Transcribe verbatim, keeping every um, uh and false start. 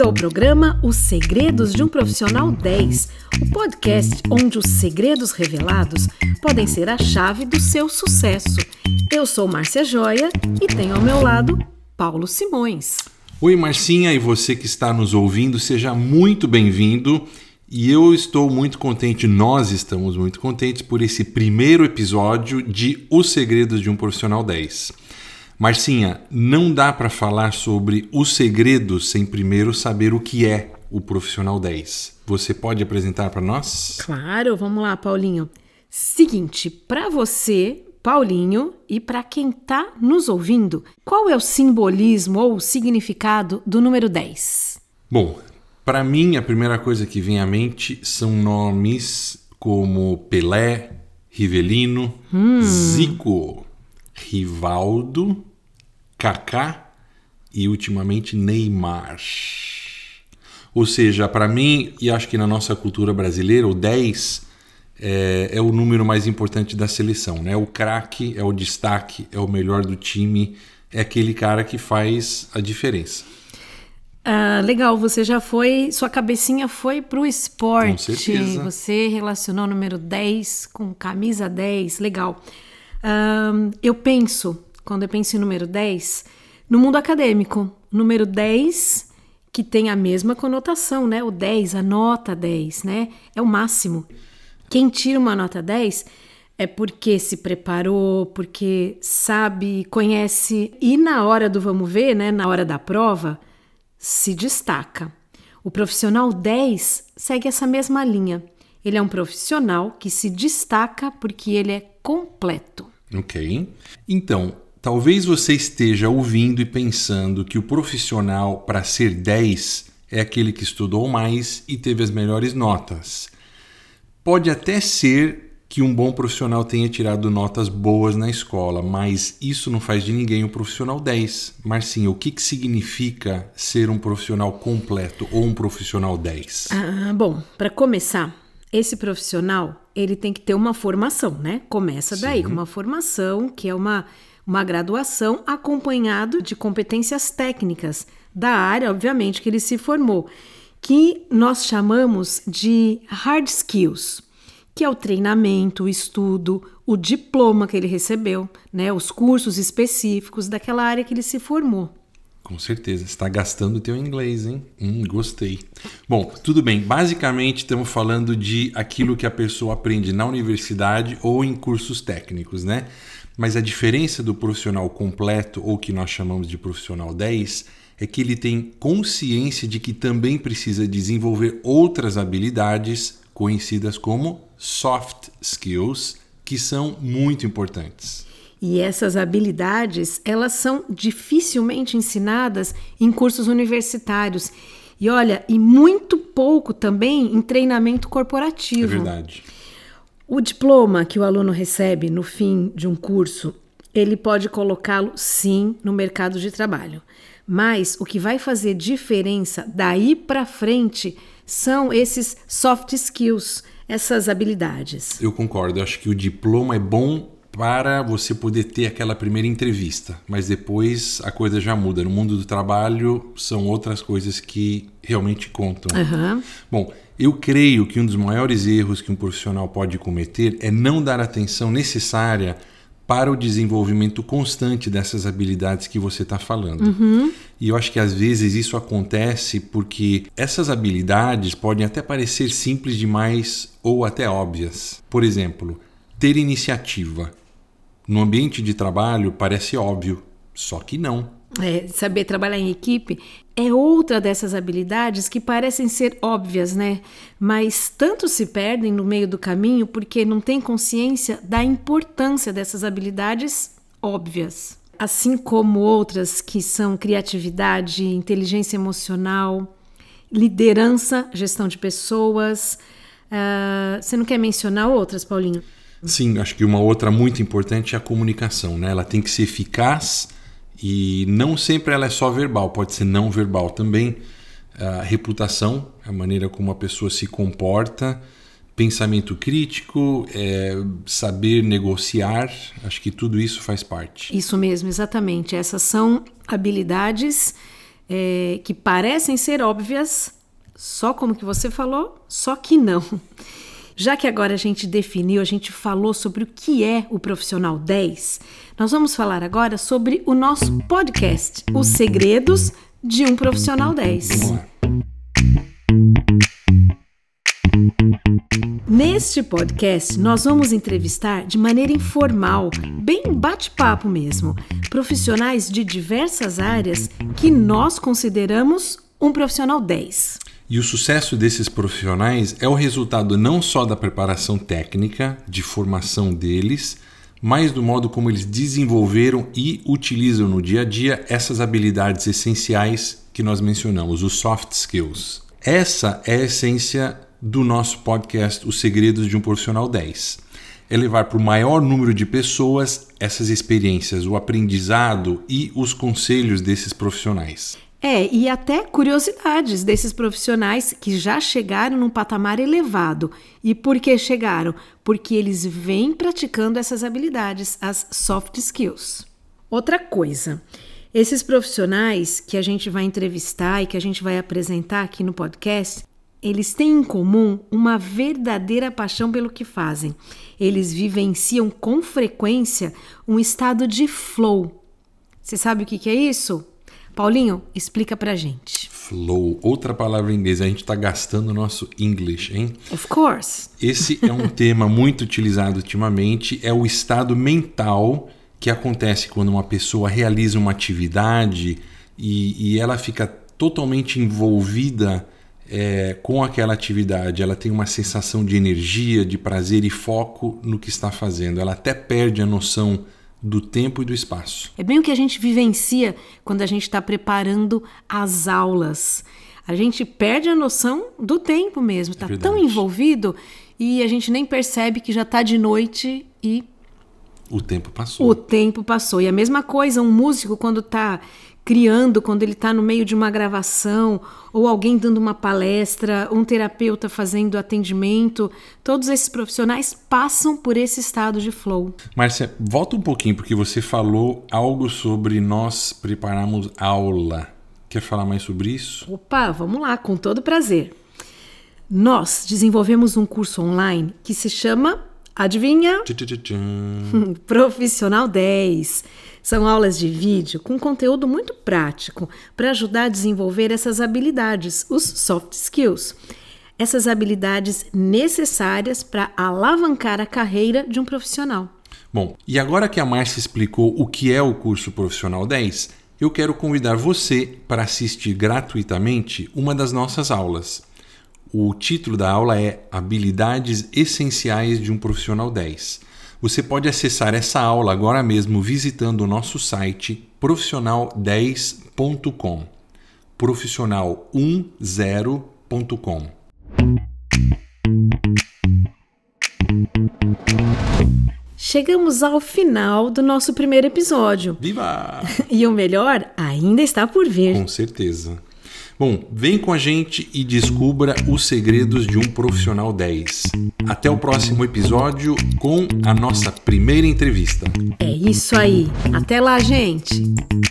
ao programa Os Segredos de um Profissional dez, o podcast onde os segredos revelados podem ser a chave do seu sucesso. Eu sou Márcia Joia e tenho ao meu lado Paulo Simões. Oi Marcinha, e você que está nos ouvindo, seja muito bem-vindo. E eu estou muito contente, nós estamos muito contentes por esse primeiro episódio de Os Segredos de um Profissional dez. Marcinha, não dá para falar sobre os segredos sem primeiro saber o que é o Profissional dez. Você pode apresentar para nós? Claro, vamos lá, Paulinho. Seguinte, para você, Paulinho, e para quem está nos ouvindo, qual é o simbolismo ou o significado do número dez? Bom, para mim a primeira coisa que vem à mente são nomes como Pelé, Rivelino, hum. Zico, Rivaldo, Kaká e ultimamente Neymar. Ou seja, para mim, e acho que na nossa cultura brasileira, o dez é, é o número mais importante da seleção, né? O craque, é o destaque, é o melhor do time, é aquele cara que faz a diferença. Ah, legal, você já foi, sua cabecinha foi pro esporte. Com certeza. Você relacionou o número dez com camisa dez, legal. Ah, eu penso, quando eu penso em número dez, no mundo acadêmico, número dez que tem a mesma conotação, né? O dez, a nota dez, né? É o máximo. Quem tira uma nota dez é porque se preparou, porque sabe, conhece e na hora do vamos ver, né? Na hora da prova, se destaca. O profissional dez segue essa mesma linha. Ele é um profissional que se destaca porque ele é completo. Ok. Então, talvez você esteja ouvindo e pensando que o profissional para ser dez é aquele que estudou mais e teve as melhores notas. Pode até ser que um bom profissional tenha tirado notas boas na escola, mas isso não faz de ninguém um profissional dez. Marcinha, o que, que significa ser um profissional completo ou um profissional dez? Ah, bom, para começar, esse profissional ele tem que ter uma formação, né? Começa daí, Sim. com uma formação que é uma, uma graduação acompanhado de competências técnicas da área, obviamente, que ele se formou, que nós chamamos de hard skills, que é o treinamento, o estudo, o diploma que ele recebeu, né, os cursos específicos daquela área que ele se formou. Com certeza, você está gastando o teu inglês, hein? Hum, gostei. Bom, tudo bem, basicamente estamos falando de aquilo que a pessoa aprende na universidade ou em cursos técnicos, né? Mas a diferença do profissional completo, ou que nós chamamos de profissional dez, é que ele tem consciência de que também precisa desenvolver outras habilidades conhecidas como soft skills, que são muito importantes. E essas habilidades, elas são dificilmente ensinadas em cursos universitários. E olha, e muito pouco também em treinamento corporativo. É verdade. O diploma que o aluno recebe no fim de um curso, ele pode colocá-lo, sim, no mercado de trabalho. Mas o que vai fazer diferença daí para frente são esses soft skills, essas habilidades. Eu concordo, eu acho que o diploma é bom para você poder ter aquela primeira entrevista, mas depois a coisa já muda. No mundo do trabalho são outras coisas que realmente contam. Uhum. Bom, eu creio que um dos maiores erros que um profissional pode cometer é não dar a atenção necessária para o desenvolvimento constante dessas habilidades que você está falando. Uhum. E eu acho que às vezes isso acontece porque essas habilidades podem até parecer simples demais ou até óbvias. Por exemplo, ter iniciativa. No ambiente de trabalho parece óbvio, só que não. É, saber trabalhar em equipe é outra dessas habilidades que parecem ser óbvias, né? Mas tanto se perdem no meio do caminho porque não tem consciência da importância dessas habilidades óbvias. Assim como outras que são criatividade, inteligência emocional, liderança, gestão de pessoas. Uh, você não quer mencionar outras, Paulinho? Sim, acho que uma outra muito importante é a comunicação, né? Ela tem que ser eficaz. E não sempre ela é só verbal, pode ser não verbal também. A reputação, a maneira como a pessoa se comporta, pensamento crítico, é, saber negociar, acho que tudo isso faz parte. Isso mesmo, exatamente. Essas são habilidades é, que parecem ser óbvias, só como que você falou, só que não. Já que agora a gente definiu, a gente falou sobre o que é o Profissional dez, nós vamos falar agora sobre o nosso podcast, Os Segredos de um Profissional dez. Neste podcast, nós vamos entrevistar de maneira informal, bem bate-papo mesmo, profissionais de diversas áreas que nós consideramos um Profissional dez. E o sucesso desses profissionais é o resultado não só da preparação técnica, de formação deles, mas do modo como eles desenvolveram e utilizam no dia a dia essas habilidades essenciais que nós mencionamos, os soft skills. Essa é a essência do nosso podcast Os Segredos de um Profissional dez. É levar para o maior número de pessoas essas experiências, o aprendizado e os conselhos desses profissionais. É, e até curiosidades desses profissionais que já chegaram num patamar elevado. E por que chegaram? Porque eles vêm praticando essas habilidades, as soft skills. Outra coisa, esses profissionais que a gente vai entrevistar e que a gente vai apresentar aqui no podcast, eles têm em comum uma verdadeira paixão pelo que fazem. Eles vivenciam com frequência um estado de flow. Você sabe o que é isso? Paulinho, explica pra gente. Flow, outra palavra em inglês. A gente está gastando o nosso English, hein? Of course. Esse é um tema muito utilizado ultimamente. É o estado mental que acontece quando uma pessoa realiza uma atividade e, e ela fica totalmente envolvida é, com aquela atividade. Ela tem uma sensação de energia, de prazer e foco no que está fazendo. Ela até perde a noção do tempo e do espaço. É bem o que a gente vivencia quando a gente está preparando as aulas. A gente perde a noção do tempo mesmo, está é tão envolvido e a gente nem percebe que já está de noite e... O tempo passou. O tempo passou. E a mesma coisa, um músico quando está criando, quando ele está no meio de uma gravação, ou alguém dando uma palestra, um terapeuta fazendo atendimento, todos esses profissionais passam por esse estado de flow. Márcia, volta um pouquinho, porque você falou algo sobre nós prepararmos aula. Quer falar mais sobre isso? Opa, vamos lá, com todo prazer. Nós desenvolvemos um curso online que se chama, adivinha? Profissional dez. São aulas de vídeo com conteúdo muito prático para ajudar a desenvolver essas habilidades, os soft skills. Essas habilidades necessárias para alavancar a carreira de um profissional. Bom, e agora que a Márcia explicou o que é o curso Profissional dez, eu quero convidar você para assistir gratuitamente uma das nossas aulas. O título da aula é Habilidades Essenciais de um Profissional dez. Você pode acessar essa aula agora mesmo visitando o nosso site profissional dez ponto com. profissional dez ponto com. Chegamos ao final do nosso primeiro episódio. Viva! E o melhor ainda está por vir. Com certeza. Bom, vem com a gente e descubra os segredos de um Profissional dez. Até o próximo episódio com a nossa primeira entrevista. É isso aí. Até lá, gente!